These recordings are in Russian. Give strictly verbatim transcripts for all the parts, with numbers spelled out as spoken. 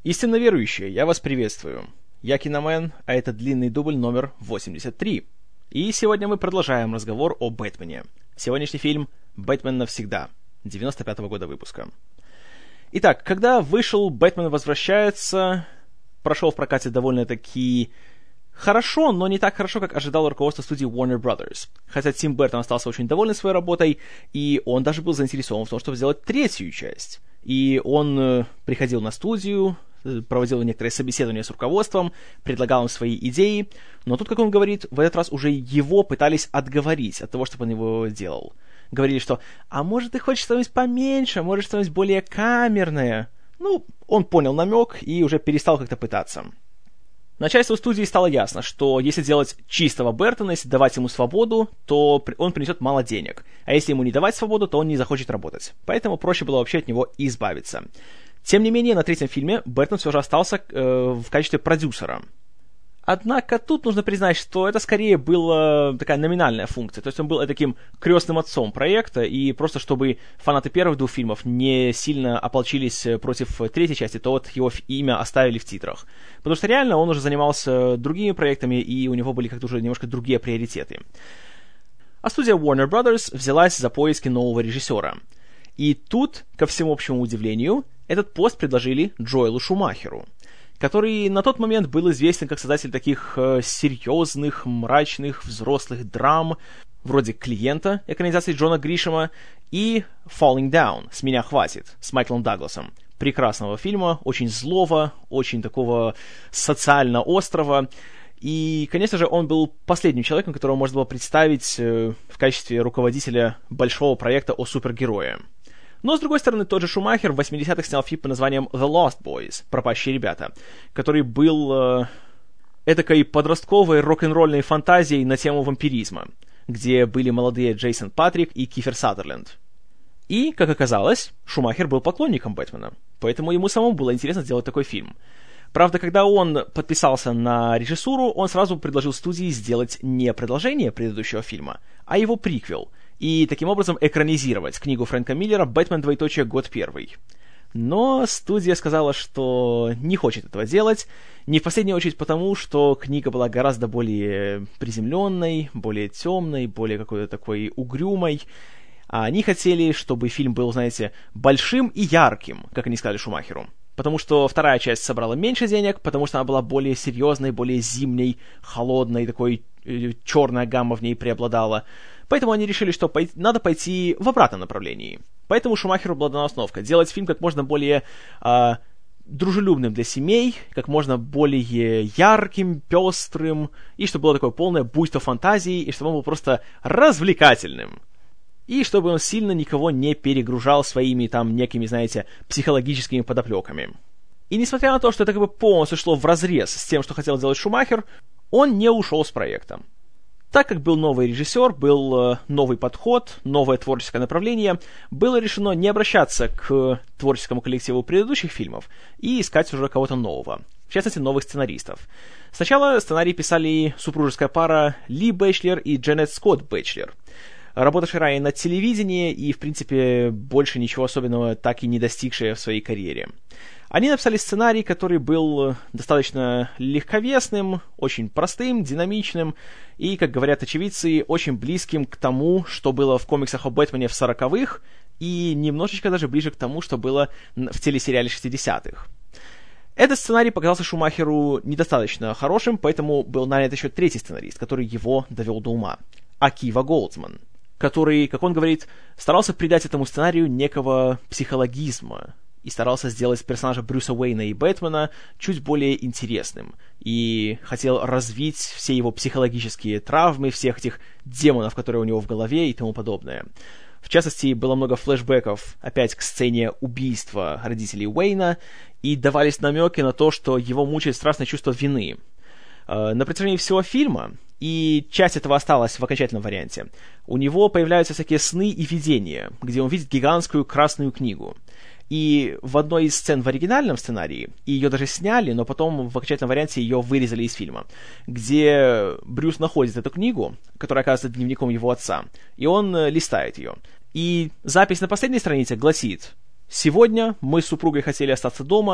Истинно верующие, я вас приветствую. Я Киномен, а это длинный дубль номер восемьдесят три. И сегодня мы продолжаем разговор о Бэтмене. Сегодняшний фильм «Бэтмен навсегда», девяносто пятого года выпуска. Итак, когда вышел «Бэтмен возвращается», прошел в прокате довольно-таки хорошо, но не так хорошо, как ожидало руководство студии Warner Brothers. Хотя Тим Бертон остался очень доволен своей работой, и он даже был заинтересован в том, чтобы сделать третью часть. И он э, приходил на студию, проводил некоторые собеседования с руководством, предлагал им свои идеи, но тут, как он говорит, в этот раз уже его пытались отговорить от того, чтобы он его делал. Говорили, что «а может, ты хочешь что-нибудь поменьше, может, что-нибудь более камерное?» Ну, он понял намек и уже перестал как-то пытаться. Начальству студии стало ясно, что если делать чистого Бертона, если давать ему свободу, то он принесет мало денег, а если ему не давать свободу, то он не захочет работать. Поэтому проще было вообще от него избавиться. Тем не менее, на третьем фильме Бертон все же остался э, в качестве продюсера. Однако тут нужно признать, что это скорее была такая номинальная функция. То есть он был таким крестным отцом проекта, и просто чтобы фанаты первых двух фильмов не сильно ополчились против третьей части, то вот его имя оставили в титрах. Потому что реально он уже занимался другими проектами, и у него были как-то уже немножко другие приоритеты. А студия Warner Brothers взялась за поиски нового режиссера. И тут, ко всему общему удивлению, этот пост предложили Джоэлу Шумахеру, который на тот момент был известен как создатель таких э, серьезных, мрачных, взрослых драм, вроде «Клиента» экранизации Джона Гришэма и «Falling Down» «С меня хватит» с Майклом Дагласом. Прекрасного фильма, очень злого, очень такого социально острого. И, конечно же, он был последним человеком, которого можно было представить э, в качестве руководителя большого проекта о супергерое. Но, с другой стороны, тот же Шумахер в восьмидесятых снял фильм под названием «The Lost Boys» «Пропащие ребята», который был э, эдакой подростковой рок-н-ролльной фантазией на тему вампиризма, где были молодые Джейсон Патрик и Кифер Садерленд. И, как оказалось, Шумахер был поклонником Бэтмена, поэтому ему самому было интересно сделать такой фильм. Правда, когда он подписался на режиссуру, он сразу предложил студии сделать не продолжение предыдущего фильма, а его приквел, и таким образом экранизировать книгу Фрэнка Миллера «Бэтмен, двоеточие, год первый». Но студия сказала, что не хочет этого делать, не в последнюю очередь потому, что книга была гораздо более приземленной, более темной, более какой-то такой угрюмой. А они хотели, чтобы фильм был, знаете, большим и ярким, как они сказали Шумахеру. Потому что вторая часть собрала меньше денег, потому что она была более серьезной, более зимней, холодной, такой э, черная гамма в ней преобладала. Поэтому они решили, что пой- надо пойти в обратном направлении. Поэтому Шумахеру была дана основка делать фильм как можно более э, дружелюбным для семей, как можно более ярким, пестрым, и чтобы было такое полное буйство фантазии, и чтобы он был просто развлекательным. И чтобы он сильно никого не перегружал своими там некими, знаете, психологическими подоплеками. И несмотря на то, что это как бы полностью шло вразрез с тем, что хотел делать Шумахер, он не ушел с проекта. Так как был новый режиссер, был э, новый подход, новое творческое направление, было решено не обращаться к творческому коллективу предыдущих фильмов и искать уже кого-то нового. В частности, новых сценаристов. Сначала сценарий писали супружеская пара Ли Бэчлер и Дженнет Скотт Бэчлер, работавшие ранее на телевидении и, в принципе, больше ничего особенного так и не достигшие в своей карьере. Они написали сценарий, который был достаточно легковесным, очень простым, динамичным и, как говорят очевидцы, очень близким к тому, что было в комиксах о Бэтмене в сороковых, и немножечко даже ближе к тому, что было в телесериале шестидесятых. Этот сценарий показался Шумахеру недостаточно хорошим, поэтому был нанят еще третий сценарист, который его довел до ума. Акива Голдсман, который, как он говорит, старался придать этому сценарию некого психологизма и старался сделать персонажа Брюса Уэйна и Бэтмена чуть более интересным, и хотел развить все его психологические травмы, всех этих демонов, которые у него в голове и тому подобное. В частности, было много флешбеков опять к сцене убийства родителей Уэйна, и давались намеки на то, что его мучает страшное чувство вины. На протяжении всего фильма, и часть этого осталась в окончательном варианте, у него появляются всякие сны и видения, где он видит гигантскую красную книгу. И в одной из сцен в оригинальном сценарии, и ее даже сняли, но потом в окончательном варианте ее вырезали из фильма, где Брюс находит эту книгу, которая оказывается дневником его отца, и он листает ее. И запись на последней странице гласит: «Сегодня мы с супругой хотели остаться дома,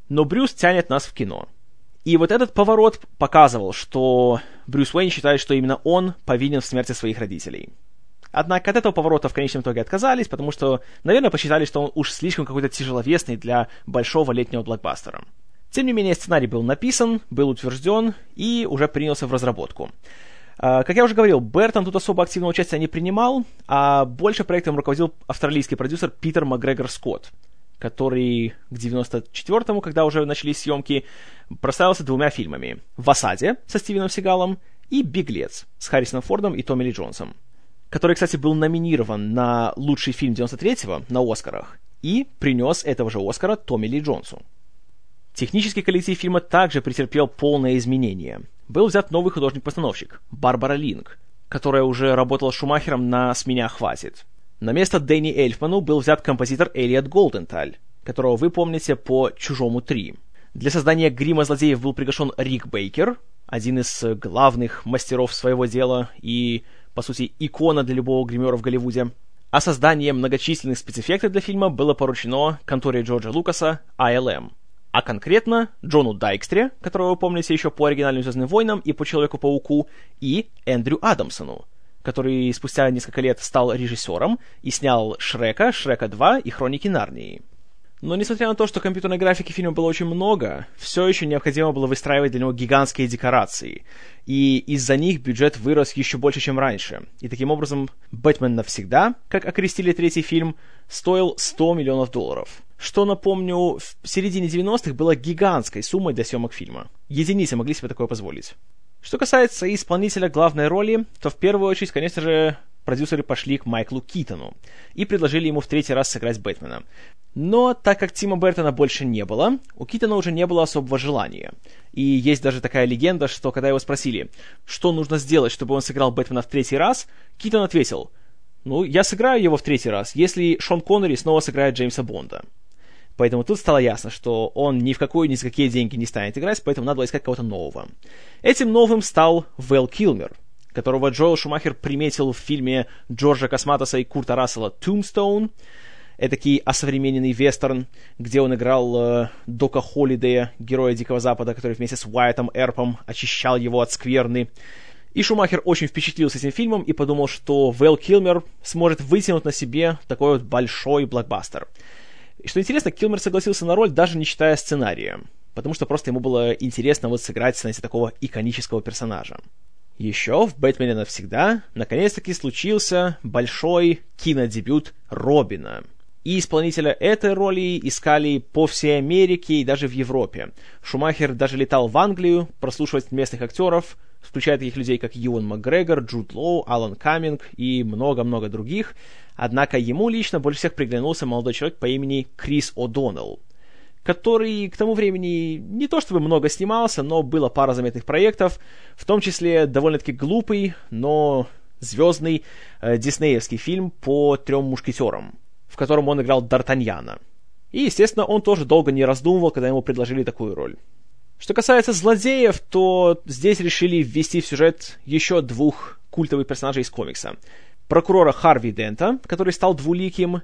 Но Брюс тянет нас в кино. И вот этот поворот показывал, что Брюс Уэйн считает, что именно он повинен в смерти своих родителей. Однако от этого поворота в конечном итоге отказались, потому что, наверное, посчитали, что он уж слишком какой-то тяжеловесный для большого летнего блокбастера. Тем не менее, сценарий был написан, был утвержден и уже принялся в разработку. Как я уже говорил, Бертон тут особо активного участия не принимал, а больше проектом руководил австралийский продюсер Питер Макгрегор Скотт, который к девяносто четвёртому, когда уже начались съемки, прославился двумя фильмами: «В осаде» со Стивеном Сигалом и «Беглец» с Харрисоном Фордом и Томми Ли Джонсом, который, кстати, был номинирован на лучший фильм девяносто третьего на Оскарах и принес этого же Оскара Томми Ли Джонсу. Технический коллектив фильма также претерпел полное изменение. Был взят новый художник-постановщик Барбара Линк, которая уже работала с Шумахером на «С меня хватит». На место Дэнни Эльфману был взят композитор Элиот Голденталь, которого вы помните по «Чужому три». Для создания грима злодеев был приглашен Рик Бейкер, один из главных мастеров своего дела и, по сути, икона для любого гримера в Голливуде. А создание многочисленных спецэффектов для фильма было поручено конторе Джорджа Лукаса ай эл эм. А конкретно Джону Дайкстре, которого вы помните еще по оригинальным «Звездным войнам» и по «Человеку-пауку», и Эндрю Адамсону, который спустя несколько лет стал режиссером и снял «Шрека», «Шрека два» и «Хроники Нарнии». Но несмотря на то, что компьютерной графики фильма было очень много, все еще необходимо было выстраивать для него гигантские декорации, и из-за них бюджет вырос еще больше, чем раньше. И таким образом «Бэтмен навсегда», как окрестили третий фильм, стоил сто миллионов долларов. Что, напомню, в середине девяностых было гигантской суммой для съемок фильма. Единицы могли себе такое позволить. Что касается исполнителя главной роли, то в первую очередь, конечно же, продюсеры пошли к Майклу Китону и предложили ему в третий раз сыграть Бэтмена. Но так как Тима Бертона больше не было, у Китона уже не было особого желания. И есть даже такая легенда, что когда его спросили, что нужно сделать, чтобы он сыграл Бэтмена в третий раз, Китон ответил: «Ну, я сыграю его в третий раз, если Шон Коннери снова сыграет Джеймса Бонда». Поэтому тут стало ясно, что он ни в какую, ни за какие деньги не станет играть, поэтому надо было искать кого-то нового. Этим новым стал Вэл Килмер, которого Джоэл Шумахер приметил в фильме Джорджа Косматоса и Курта Рассела «Tombstone», этакий осовремененный вестерн, где он играл э, Дока Холлидея, героя Дикого Запада, который вместе с Уайтом Эрпом очищал его от скверны. И Шумахер очень впечатлился этим фильмом и подумал, что Вэл Килмер сможет вытянуть на себе такой вот большой блокбастер. И что интересно, Килмер согласился на роль, даже не читая сценария, потому что просто ему было интересно вот сыграть, знаете, такого иконического персонажа. Еще в «Бэтмене навсегда» наконец-таки случился большой кинодебют Робина. И исполнителя этой роли искали по всей Америке и даже в Европе. Шумахер даже летал в Англию прослушивать местных актеров, включая таких людей, как Юэн Макгрегор, Джуд Лоу, Алан Каминг и много-много других. Однако ему лично больше всех приглянулся молодой человек по имени Крис О'Доннелл, который к тому времени не то чтобы много снимался, но было пара заметных проектов, в том числе довольно-таки глупый, но звездный э, диснеевский фильм по «Трем мушкетерам», в котором он играл Д'Артаньяна. И, естественно, он тоже долго не раздумывал, когда ему предложили такую роль. Что касается злодеев, то здесь решили ввести в сюжет еще двух культовых персонажей из комикса. Прокурора Харви Дента, который стал двуликим,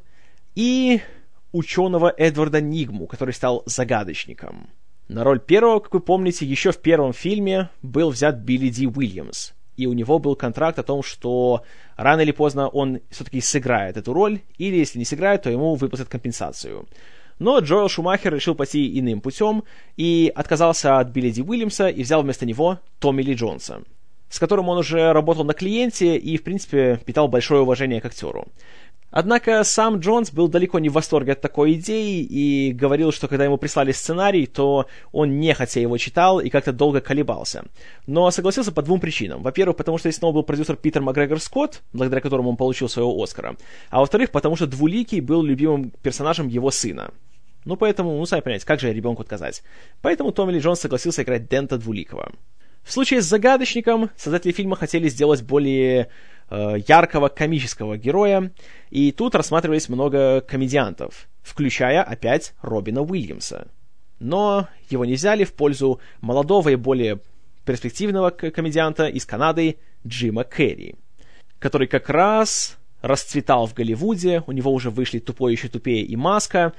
и ученого Эдварда Нигму, который стал загадочником. На роль первого, как вы помните, еще в первом фильме был взят Билли Ди Уильямс, и у него был контракт о том, что рано или поздно он все-таки сыграет эту роль, или если не сыграет, то ему выплатят компенсацию. Но Джоэл Шумахер решил пойти иным путем и отказался от Билли Ди Уильямса и взял вместо него Томми Ли Джонса, с которым он уже работал на «Клиенте» и, в принципе, питал большое уважение к актеру. Однако сам Джонс был далеко не в восторге от такой идеи и говорил, что когда ему прислали сценарий, то он нехотя его читал и как-то долго колебался. Но согласился по двум причинам. Во-первых, потому что здесь снова был продюсер Питер Макгрегор Скотт, благодаря которому он получил своего Оскара. А во-вторых, потому что Двуликий был любимым персонажем его сына. Ну, поэтому, ну, сами понимаете, как же ребенку отказать. Поэтому Томми Ли Джонс согласился играть Дента Двуликого. В случае с «Загадочником» создатели фильма хотели сделать более э, яркого комического героя, и тут рассматривались много комедиантов, включая опять Робина Уильямса. Но его не взяли в пользу молодого и более перспективного комедианта из Канады Джима Керри, который как раз расцветал в Голливуде, у него уже вышли «Тупой еще тупее» и «Маска»,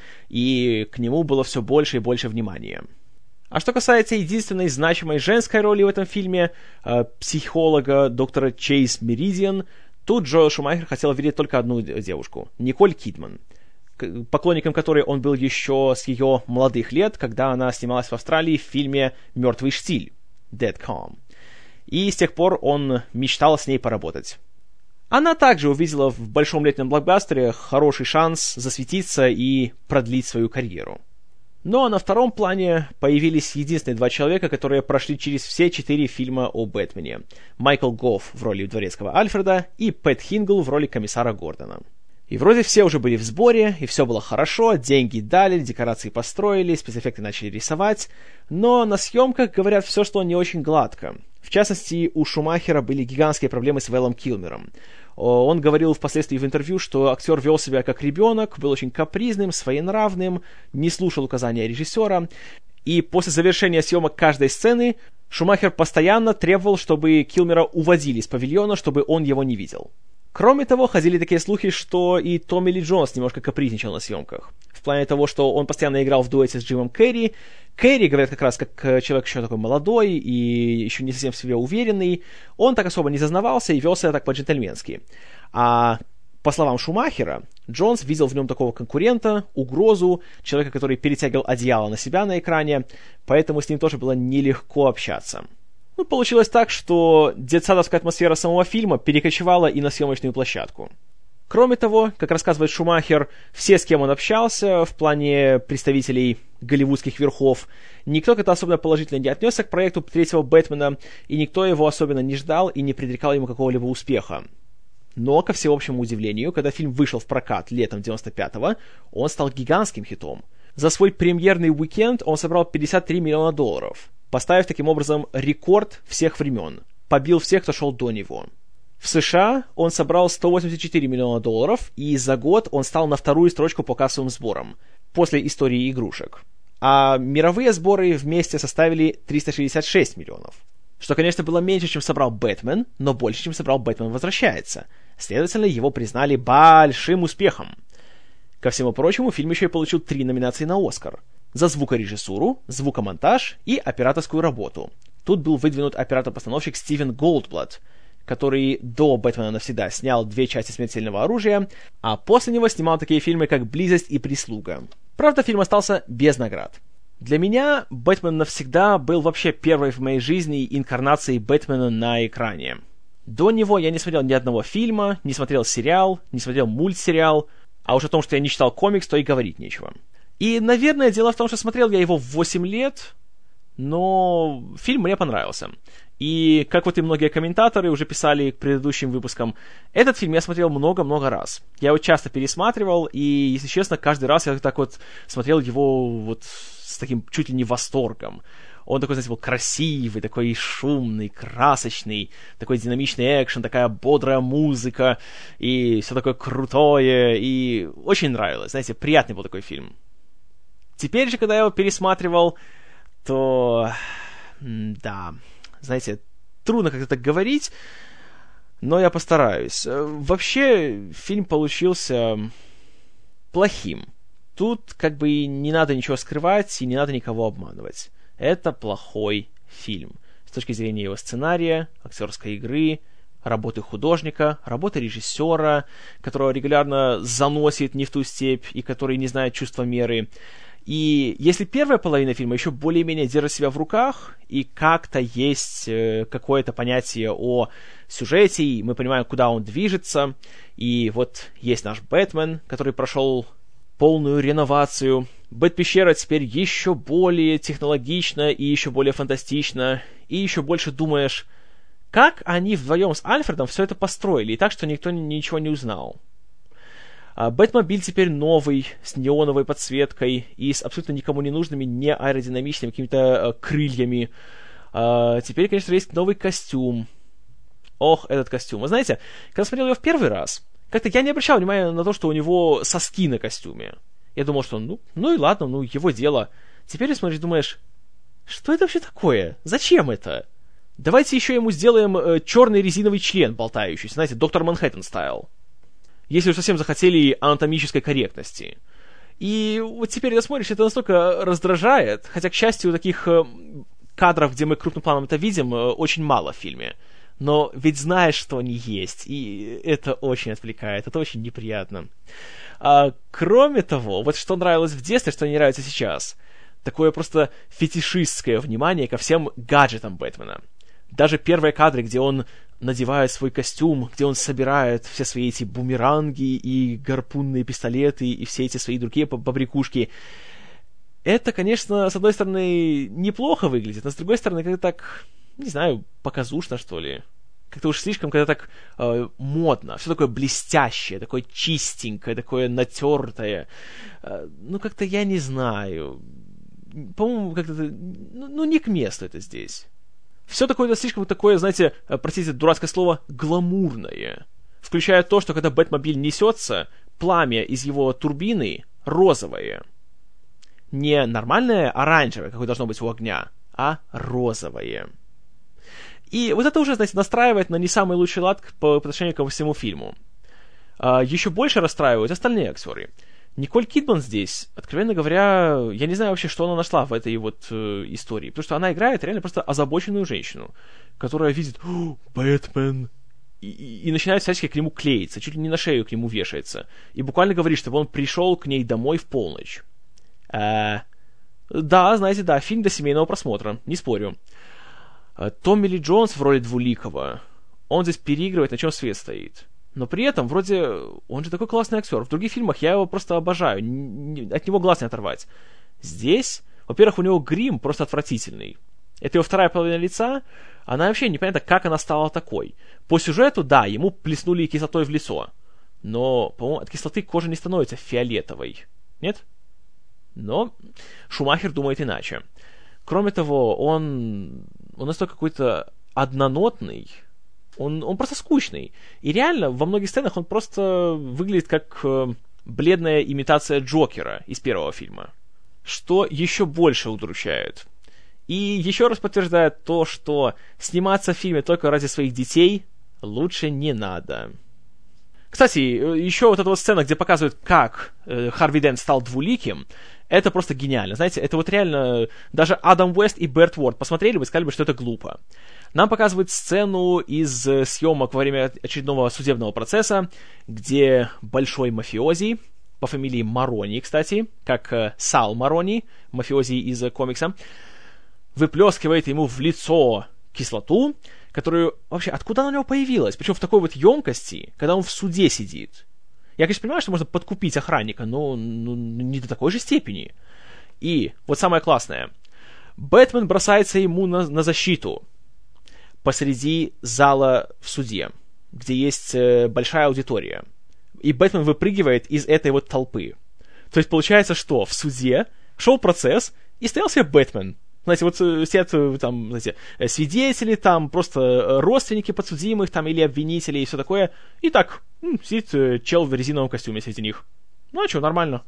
и к нему было все больше и больше внимания. А что касается единственной значимой женской роли в этом фильме, э, психолога доктора Чейз Меридиан, тут Джоэл Шумахер хотел видеть только одну девушку — Николь Кидман, поклонником которой он был еще с ее молодых лет, когда она снималась в Австралии в фильме «Мертвый штиль» Dead Calm. И с тех пор он мечтал с ней поработать. Она также увидела в большом летнем блокбастере хороший шанс засветиться и продлить свою карьеру. Но на втором плане появились единственные два человека, которые прошли через все четыре фильма о Бэтмене. Майкл Гофф в роли дворецкого Альфреда и Пэт Хингл в роли комиссара Гордона. И вроде все уже были в сборе, и все было хорошо, деньги дали, декорации построили, спецэффекты начали рисовать, но на съемках, говорят, все шло не очень гладко. В частности, у Шумахера были гигантские проблемы с Вэлом Килмером. Он говорил впоследствии в интервью, что актер вел себя как ребенок, был очень капризным, своенравным, не слушал указания режиссера, и после завершения съемок каждой сцены Шумахер постоянно требовал, чтобы Килмера уводили с павильона, чтобы он его не видел. Кроме того, ходили такие слухи, что и Томми Ли Джонс немножко капризничал на съемках. В плане того, что он постоянно играл в дуэте с Джимом Керри. Керри, говорят, как раз как человек еще такой молодой и еще не совсем в себе уверенный. Он так особо не зазнавался и вел себя так по-джентльменски. А по словам Шумахера, Джонс видел в нем такого конкурента, угрозу, человека, который перетягивал одеяло на себя на экране, поэтому с ним тоже было нелегко общаться. Ну, получилось так, что детсадовская атмосфера самого фильма перекочевала и на съемочную площадку. Кроме того, как рассказывает Шумахер, все, с кем он общался в плане представителей голливудских верхов, никто как-то особенно положительно не отнесся к проекту третьего Бэтмена, и никто его особенно не ждал и не предрекал ему какого-либо успеха. Но, ко всеобщему удивлению, когда фильм вышел в прокат летом девяносто пятого, он стал гигантским хитом. За свой премьерный уикенд он собрал пятьдесят три миллиона долларов, поставив таким образом рекорд всех времен, побил всех, кто шел до него. В США он собрал сто восемьдесят четыре миллиона долларов, и за год он стал на вторую строчку по кассовым сборам, после истории игрушек. А мировые сборы вместе составили триста шестьдесят шесть миллионов. Что, конечно, было меньше, чем собрал «Бэтмен», но больше, чем собрал «Бэтмен возвращается». Следовательно, его признали большим успехом. Ко всему прочему, фильм еще и получил три номинации на «Оскар». За звукорежиссуру, звукомонтаж и операторскую работу. Тут был выдвинут оператор-постановщик Стивен Голдблат, который до «Бэтмена навсегда» снял две части «Смертельного оружия», а после него снимал такие фильмы, как «Близость» и «Прислуга». Правда, фильм остался без наград. Для меня «Бэтмен навсегда» был вообще первой в моей жизни инкарнацией Бэтмена на экране. До него я не смотрел ни одного фильма, не смотрел сериал, не смотрел мультсериал, а уж о том, что я не читал комикс, то и говорить нечего. И, наверное, дело в том, что смотрел я его в восемь лет, но фильм мне понравился. И, как вот и многие комментаторы уже писали к предыдущим выпускам, этот фильм я смотрел много-много раз. Я его часто пересматривал, и, если честно, каждый раз я так вот смотрел его вот с таким чуть ли не восторгом. Он такой, знаете, был красивый, такой шумный, красочный, такой динамичный экшен, такая бодрая музыка, и все такое крутое, и очень нравилось, знаете, приятный был такой фильм. Теперь же, когда я его пересматривал, то, да, знаете, трудно как-то так говорить, но я постараюсь. Вообще, фильм получился плохим. Тут как бы не надо ничего скрывать и не надо никого обманывать. Это плохой фильм. С точки зрения его сценария, актерской игры, работы художника, работы режиссера, которого регулярно заносит не в ту степь и который не знает чувства меры. И если первая половина фильма еще более-менее держит себя в руках, и как-то есть э, какое-то понятие о сюжете, и мы понимаем, куда он движется, и вот есть наш Бэтмен, который прошел полную реновацию. Бэт-пещера теперь еще более технологична и еще более фантастична, и еще больше думаешь, как они вдвоем с Альфредом все это построили, и так, что никто ничего не узнал. А Бэтмобиль теперь новый, с неоновой подсветкой и с абсолютно никому не нужными, не аэродинамичными какими-то э, крыльями. А теперь, конечно, есть новый костюм. Ох, этот костюм. Вы знаете, когда смотрел его в первый раз, как-то я не обращал внимания на то, что у него соски на костюме. Я думал, что ну, ну и ладно, ну его дело. Теперь ты смотришь, думаешь, что это вообще такое? Зачем это? Давайте еще ему сделаем э, черный резиновый член болтающийся, знаете, доктор Манхэттен стайл. если уж совсем захотели анатомической корректности. И вот теперь ты смотришь, это настолько раздражает, хотя, к счастью, таких э, кадров, где мы крупным планом это видим, э, очень мало в фильме. Но ведь знаешь, что они есть, и это очень отвлекает, это очень неприятно. А, кроме того, вот что нравилось в детстве, что не нравится сейчас, такое просто фетишистское внимание ко всем гаджетам Бэтмена. Даже первые кадры, где он надевает свой костюм, где он собирает все свои эти бумеранги и гарпунные пистолеты и все эти свои другие побрякушки, это, конечно, с одной стороны, неплохо выглядит, но с другой стороны, как-то так, не знаю, показушно, что ли. Как-то уж слишком, когда так э, модно, все такое блестящее, такое чистенькое, такое натертое. Э, ну, как-то я не знаю. По-моему, как-то, ну, ну, не к месту это здесь. Все такое слишком такое, знаете, простите, дурацкое слово, гламурное. Включая то, что когда Бэтмобиль несется, пламя из его турбины розовое. Не нормальное оранжевое, какое должно быть у огня, а розовое. И вот это уже, знаете, настраивает на не самый лучший лад по отношению ко всему фильму. А, еще больше расстраивают остальные актеры. Николь Кидман здесь, откровенно говоря, я не знаю вообще, что она нашла в этой вот э, истории. Потому что она играет реально просто озабоченную женщину, которая видит «Бэтмен!» и, и, и начинает всячески к нему клеиться, чуть ли не на шею к нему вешается. И буквально говорит, чтобы он пришел к ней домой в полночь. А, да, знаете, да, фильм для семейного просмотра, не спорю. Томми Ли Джонс в роли Двуликого, он здесь переигрывает, на чем свет стоит. Но при этом, вроде, он же такой классный актер. В других фильмах я его просто обожаю. От него глаз не оторвать. Здесь, во-первых, у него грим просто отвратительный. Это его вторая половина лица. Она вообще непонятно, как она стала такой. По сюжету, да, ему плеснули кислотой в лицо. Но, по-моему, от кислоты кожа не становится фиолетовой. Нет? Но Шумахер думает иначе. Кроме того, он, он настолько какой-то однонотный, он, он просто скучный. И реально, во многих сценах он просто выглядит как э, бледная имитация Джокера из первого фильма. Что еще больше удручает. И еще раз подтверждает то, что сниматься в фильме только ради своих детей лучше не надо. Кстати, еще вот эта вот сцена, где показывают, как э, Харви Дент стал двуликим, это просто гениально. Знаете, это вот реально даже Адам Уэст и Берт Уорд посмотрели бы и сказали бы, что это глупо. Нам показывают сцену из съемок во время очередного судебного процесса, где большой мафиози, по фамилии Марони, кстати, как э, Сал Марони, мафиози из э, комикса, выплескивает ему в лицо кислоту, которую вообще, откуда она у него появилась? Причем в такой вот емкости, когда он в суде сидит. Я, конечно, понимаю, что можно подкупить охранника, но ну, не до такой же степени. И вот самое классное. Бэтмен бросается ему на, на защиту посреди зала в суде, где есть э, большая аудитория. И Бэтмен выпрыгивает из этой вот толпы. То есть получается, что в суде шел процесс, и стоял себе Бэтмен. Знаете, вот сидят там, знаете, свидетели, там просто родственники подсудимых, там, или обвинители, и все такое. И так, м, сидит чел в резиновом костюме среди них. Ну, а что, нормально.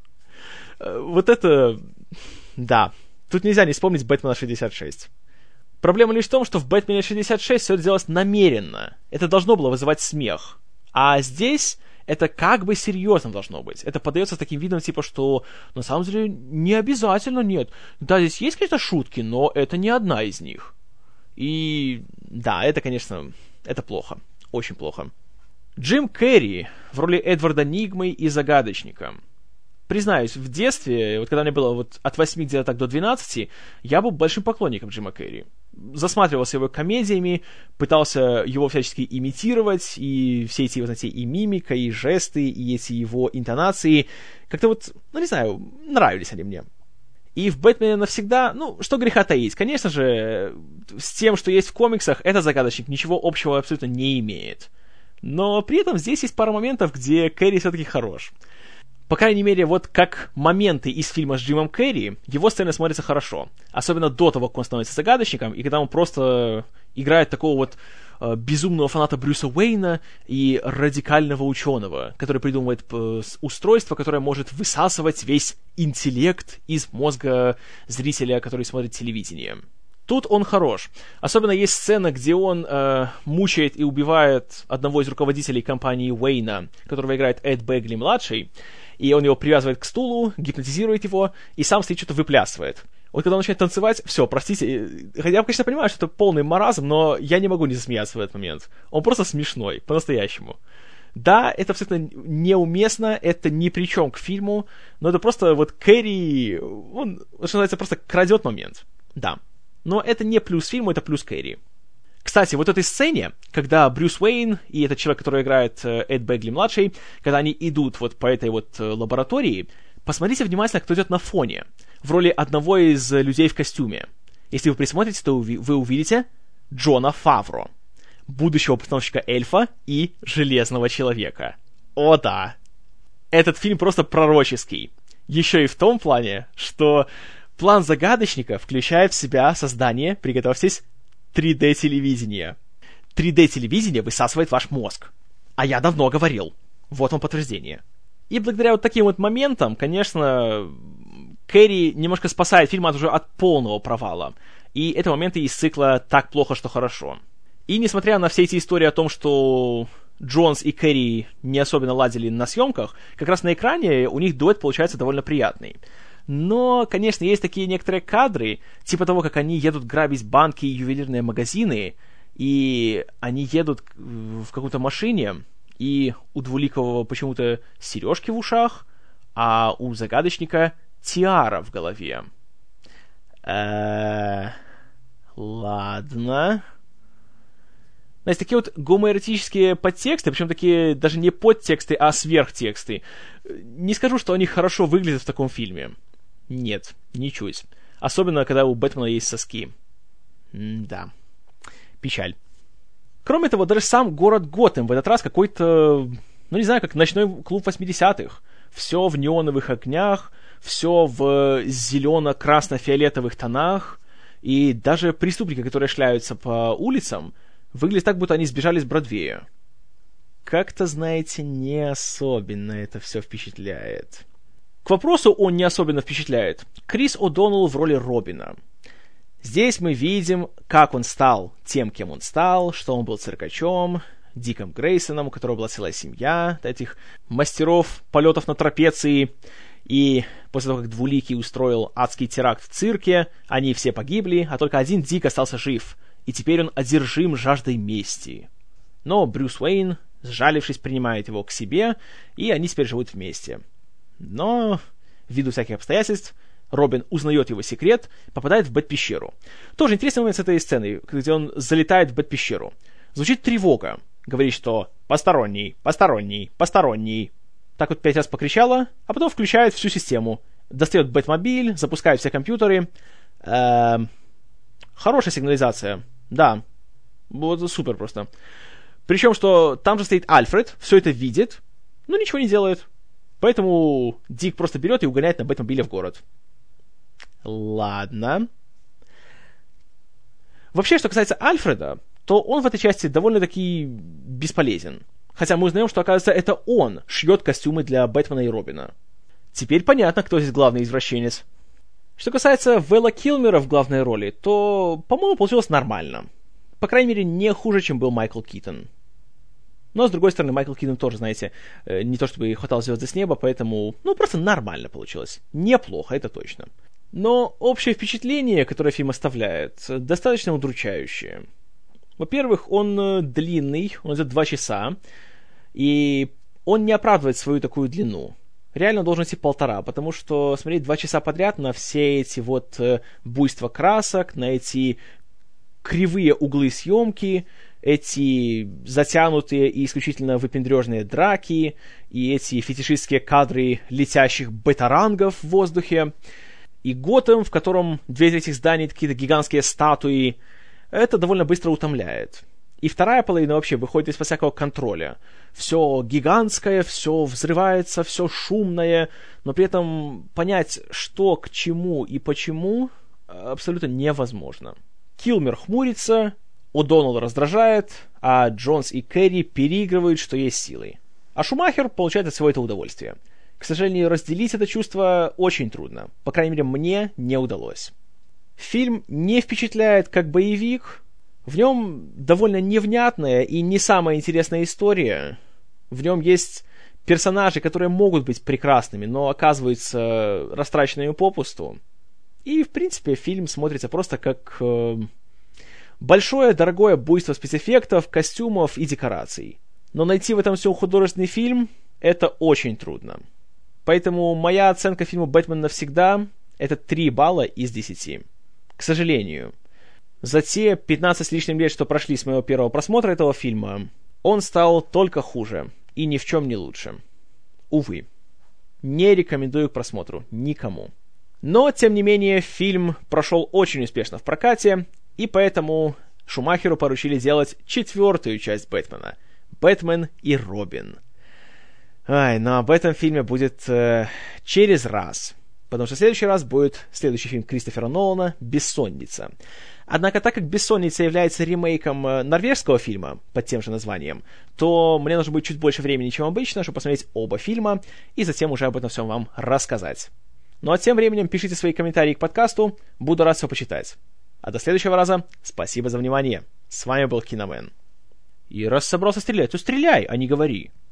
Вот это... Да. Тут нельзя не вспомнить Бэтмена шестьдесят шесть. Проблема лишь в том, что в Бэтмене шестьдесят шесть все это делалось намеренно. Это должно было вызывать смех. А здесь... это как бы серьезно должно быть. Это подается с таким видом, типа, что на самом деле не обязательно нет. Да, здесь есть какие-то шутки, но это не одна из них. И да, это, конечно, это плохо. Очень плохо. Джим Керри в роли Эдварда Нигмы и Загадочника. Признаюсь, в детстве, вот когда мне было вот от восьми где-то так до двенадцати, я был большим поклонником Джима Керри. Засматривался его комедиями, пытался его всячески имитировать, и все эти, вот, знаете, и мимика, и жесты, и эти его интонации, как-то вот, ну не знаю, нравились они мне. И в «Бэтмене навсегда», ну, что греха таить, конечно же, с тем, что есть в комиксах, этот Загадочник ничего общего абсолютно не имеет. Но при этом здесь есть пара моментов, где Керри все-таки хорош. По крайней мере, вот как моменты из фильма с Джимом Керри, его сцены смотрятся хорошо. Особенно до того, как он становится Загадочником, и когда он просто играет такого вот э, безумного фаната Брюса Уэйна и радикального ученого, который придумывает э, устройство, которое может высасывать весь интеллект из мозга зрителя, который смотрит телевидение. Тут он хорош. Особенно есть сцена, где он э, мучает и убивает одного из руководителей компании Уэйна, которого играет Эд Бегли-младший, и он его привязывает к стулу, гипнотизирует его, и сам стоит что-то выплясывает. Вот когда он начинает танцевать, все, простите, я, конечно, понимаю, что это полный маразм, но я не могу не засмеяться в этот момент. Он просто смешной, по-настоящему. Да, это абсолютно неуместно, это ни при чем к фильму, но это просто вот Кэрри, он, что называется, просто крадет момент. Да. Но это не плюс фильму, это плюс Кэрри. Кстати, вот этой сцене, когда Брюс Уэйн и этот человек, который играет Эд Бегли-младший, когда они идут вот по этой вот лаборатории, посмотрите внимательно, кто идет на фоне, в роли одного из людей в костюме. Если вы присмотрите, то вы увидите Джона Фавро, будущего постановщика Эльфа и Железного Человека. О да! Этот фильм просто пророческий. Еще и в том плане, что план Загадочника включает в себя создание, приготовьтесь, три дэ-телевидения. три дэ-телевидение высасывает ваш мозг. А я давно говорил. Вот вам подтверждение. И благодаря вот таким вот моментам, конечно, Кэрри немножко спасает фильм от уже от полного провала. И это моменты из цикла «Так плохо, что хорошо». И несмотря на все эти истории о том, что Джонс и Кэрри не особенно ладили на съемках, как раз на экране у них дуэт получается довольно приятный. Но, конечно, есть такие некоторые кадры, типа того, как они едут грабить банки и ювелирные магазины, и они едут в какой-то машине, и у Двуликого почему-то сережки в ушах, а у Загадочника тиара в голове. Э-э- ладно... Знаете, такие вот гомоэротические подтексты, причем такие даже не подтексты, а сверхтексты. Не скажу, что они хорошо выглядят в таком фильме. Нет, ничуть. Особенно, когда у Бэтмена есть соски. М-да. Печаль. Кроме того, даже сам город Готэм в этот раз какой-то, ну не знаю, как ночной клуб восьмидесятых. Все в неоновых огнях, все в зелено-красно-фиолетовых тонах, и даже преступники, которые шляются по улицам, выглядит так, будто они сбежали с Бродвея. Как-то, знаете, не особенно это все впечатляет. К вопросу о не особенно впечатляет. Крис О'Доннелл в роли Робина. Здесь мы видим, как он стал тем, кем он стал, что он был циркачом, Диком Грейсоном, у которого была целая семья, этих мастеров полетов на трапеции. И после того, как Двуликий устроил адский теракт в цирке, они все погибли, а только один Дик остался жив. И теперь он одержим жаждой мести. Но Брюс Уэйн, сжалившись, принимает его к себе, и они теперь живут вместе. Но, ввиду всяких обстоятельств, Робин узнает его секрет, попадает в Бэт-пещеру. Тоже интересный момент с этой сцены, где он залетает в Бэт-пещеру. Звучит тревога. Говорит, что «посторонний, посторонний, посторонний». Так вот пять раз покричала, а потом включает всю систему. Достает Бэтмобиль, запускает все компьютеры. Эм... Хорошая сигнализация. Да. Вот супер просто. Причем, что там же стоит Альфред, все это видит, но ничего не делает. Поэтому Дик просто берет и угоняет на Бэтмобиле в город. Ладно. Вообще, что касается Альфреда, то он в этой части довольно-таки бесполезен. Хотя мы узнаем, что, оказывается, это он шьет костюмы для Бэтмена и Робина. Теперь понятно, кто здесь главный извращенец. Что касается Вэлла Килмера в главной роли, то, по-моему, получилось нормально. По крайней мере, не хуже, чем был Майкл Китон. Но, с другой стороны, Майкл Китон тоже, знаете, не то чтобы хватал звезды с неба, поэтому, ну, просто нормально получилось. Неплохо, это точно. Но общее впечатление, которое фильм оставляет, достаточно удручающее. Во-первых, он длинный, он идет два часа, и он не оправдывает свою такую длину. Реально должен идти полтора, потому что смотреть два часа подряд на все эти вот э, буйства красок, на эти кривые углы съемки, эти затянутые и исключительно выпендрежные драки, и эти фетишистские кадры летящих бетарангов в воздухе, и Готэм, в котором две трети зданий какие-то гигантские статуи, это довольно быстро утомляет. И вторая половина вообще выходит из-под всякого контроля. Все гигантское, все взрывается, все шумное, но при этом понять, что к чему и почему, абсолютно невозможно. Килмер хмурится, О'Доннелл раздражает, а Джонс и Кэрри переигрывают, что есть силой. А Шумахер получает от всего этого удовольствие. К сожалению, разделить это чувство очень трудно. По крайней мере, мне не удалось. Фильм не впечатляет как боевик, в нем довольно невнятная и не самая интересная история. В нем есть персонажи, которые могут быть прекрасными, но оказываются растраченными попусту. И, в принципе, фильм смотрится просто как э, большое, дорогое буйство спецэффектов, костюмов и декораций. Но найти в этом всем художественный фильм — это очень трудно. Поэтому моя оценка фильму «Бэтмен навсегда» — это три балла из десяти. К сожалению, за те пятнадцать с лишним лет, что прошли с моего первого просмотра этого фильма, он стал только хуже и ни в чем не лучше. Увы. Не рекомендую к просмотру никому. Но, тем не менее, фильм прошел очень успешно в прокате, и поэтому Шумахеру поручили делать четвертую часть «Бэтмена» — «Бэтмен и Робин». Ай, но об этом фильме будет э, через раз. Потому что в следующий раз будет следующий фильм Кристофера Нолана «Бессонница». Однако, так как «Бессонница» является ремейком норвежского фильма под тем же названием, то мне нужно будет чуть больше времени, чем обычно, чтобы посмотреть оба фильма, и затем уже об этом всем вам рассказать. Ну а тем временем пишите свои комментарии к подкасту, буду рад все почитать. А до следующего раза спасибо за внимание. С вами был Киномен. И раз собрался стрелять, то стреляй, а не говори.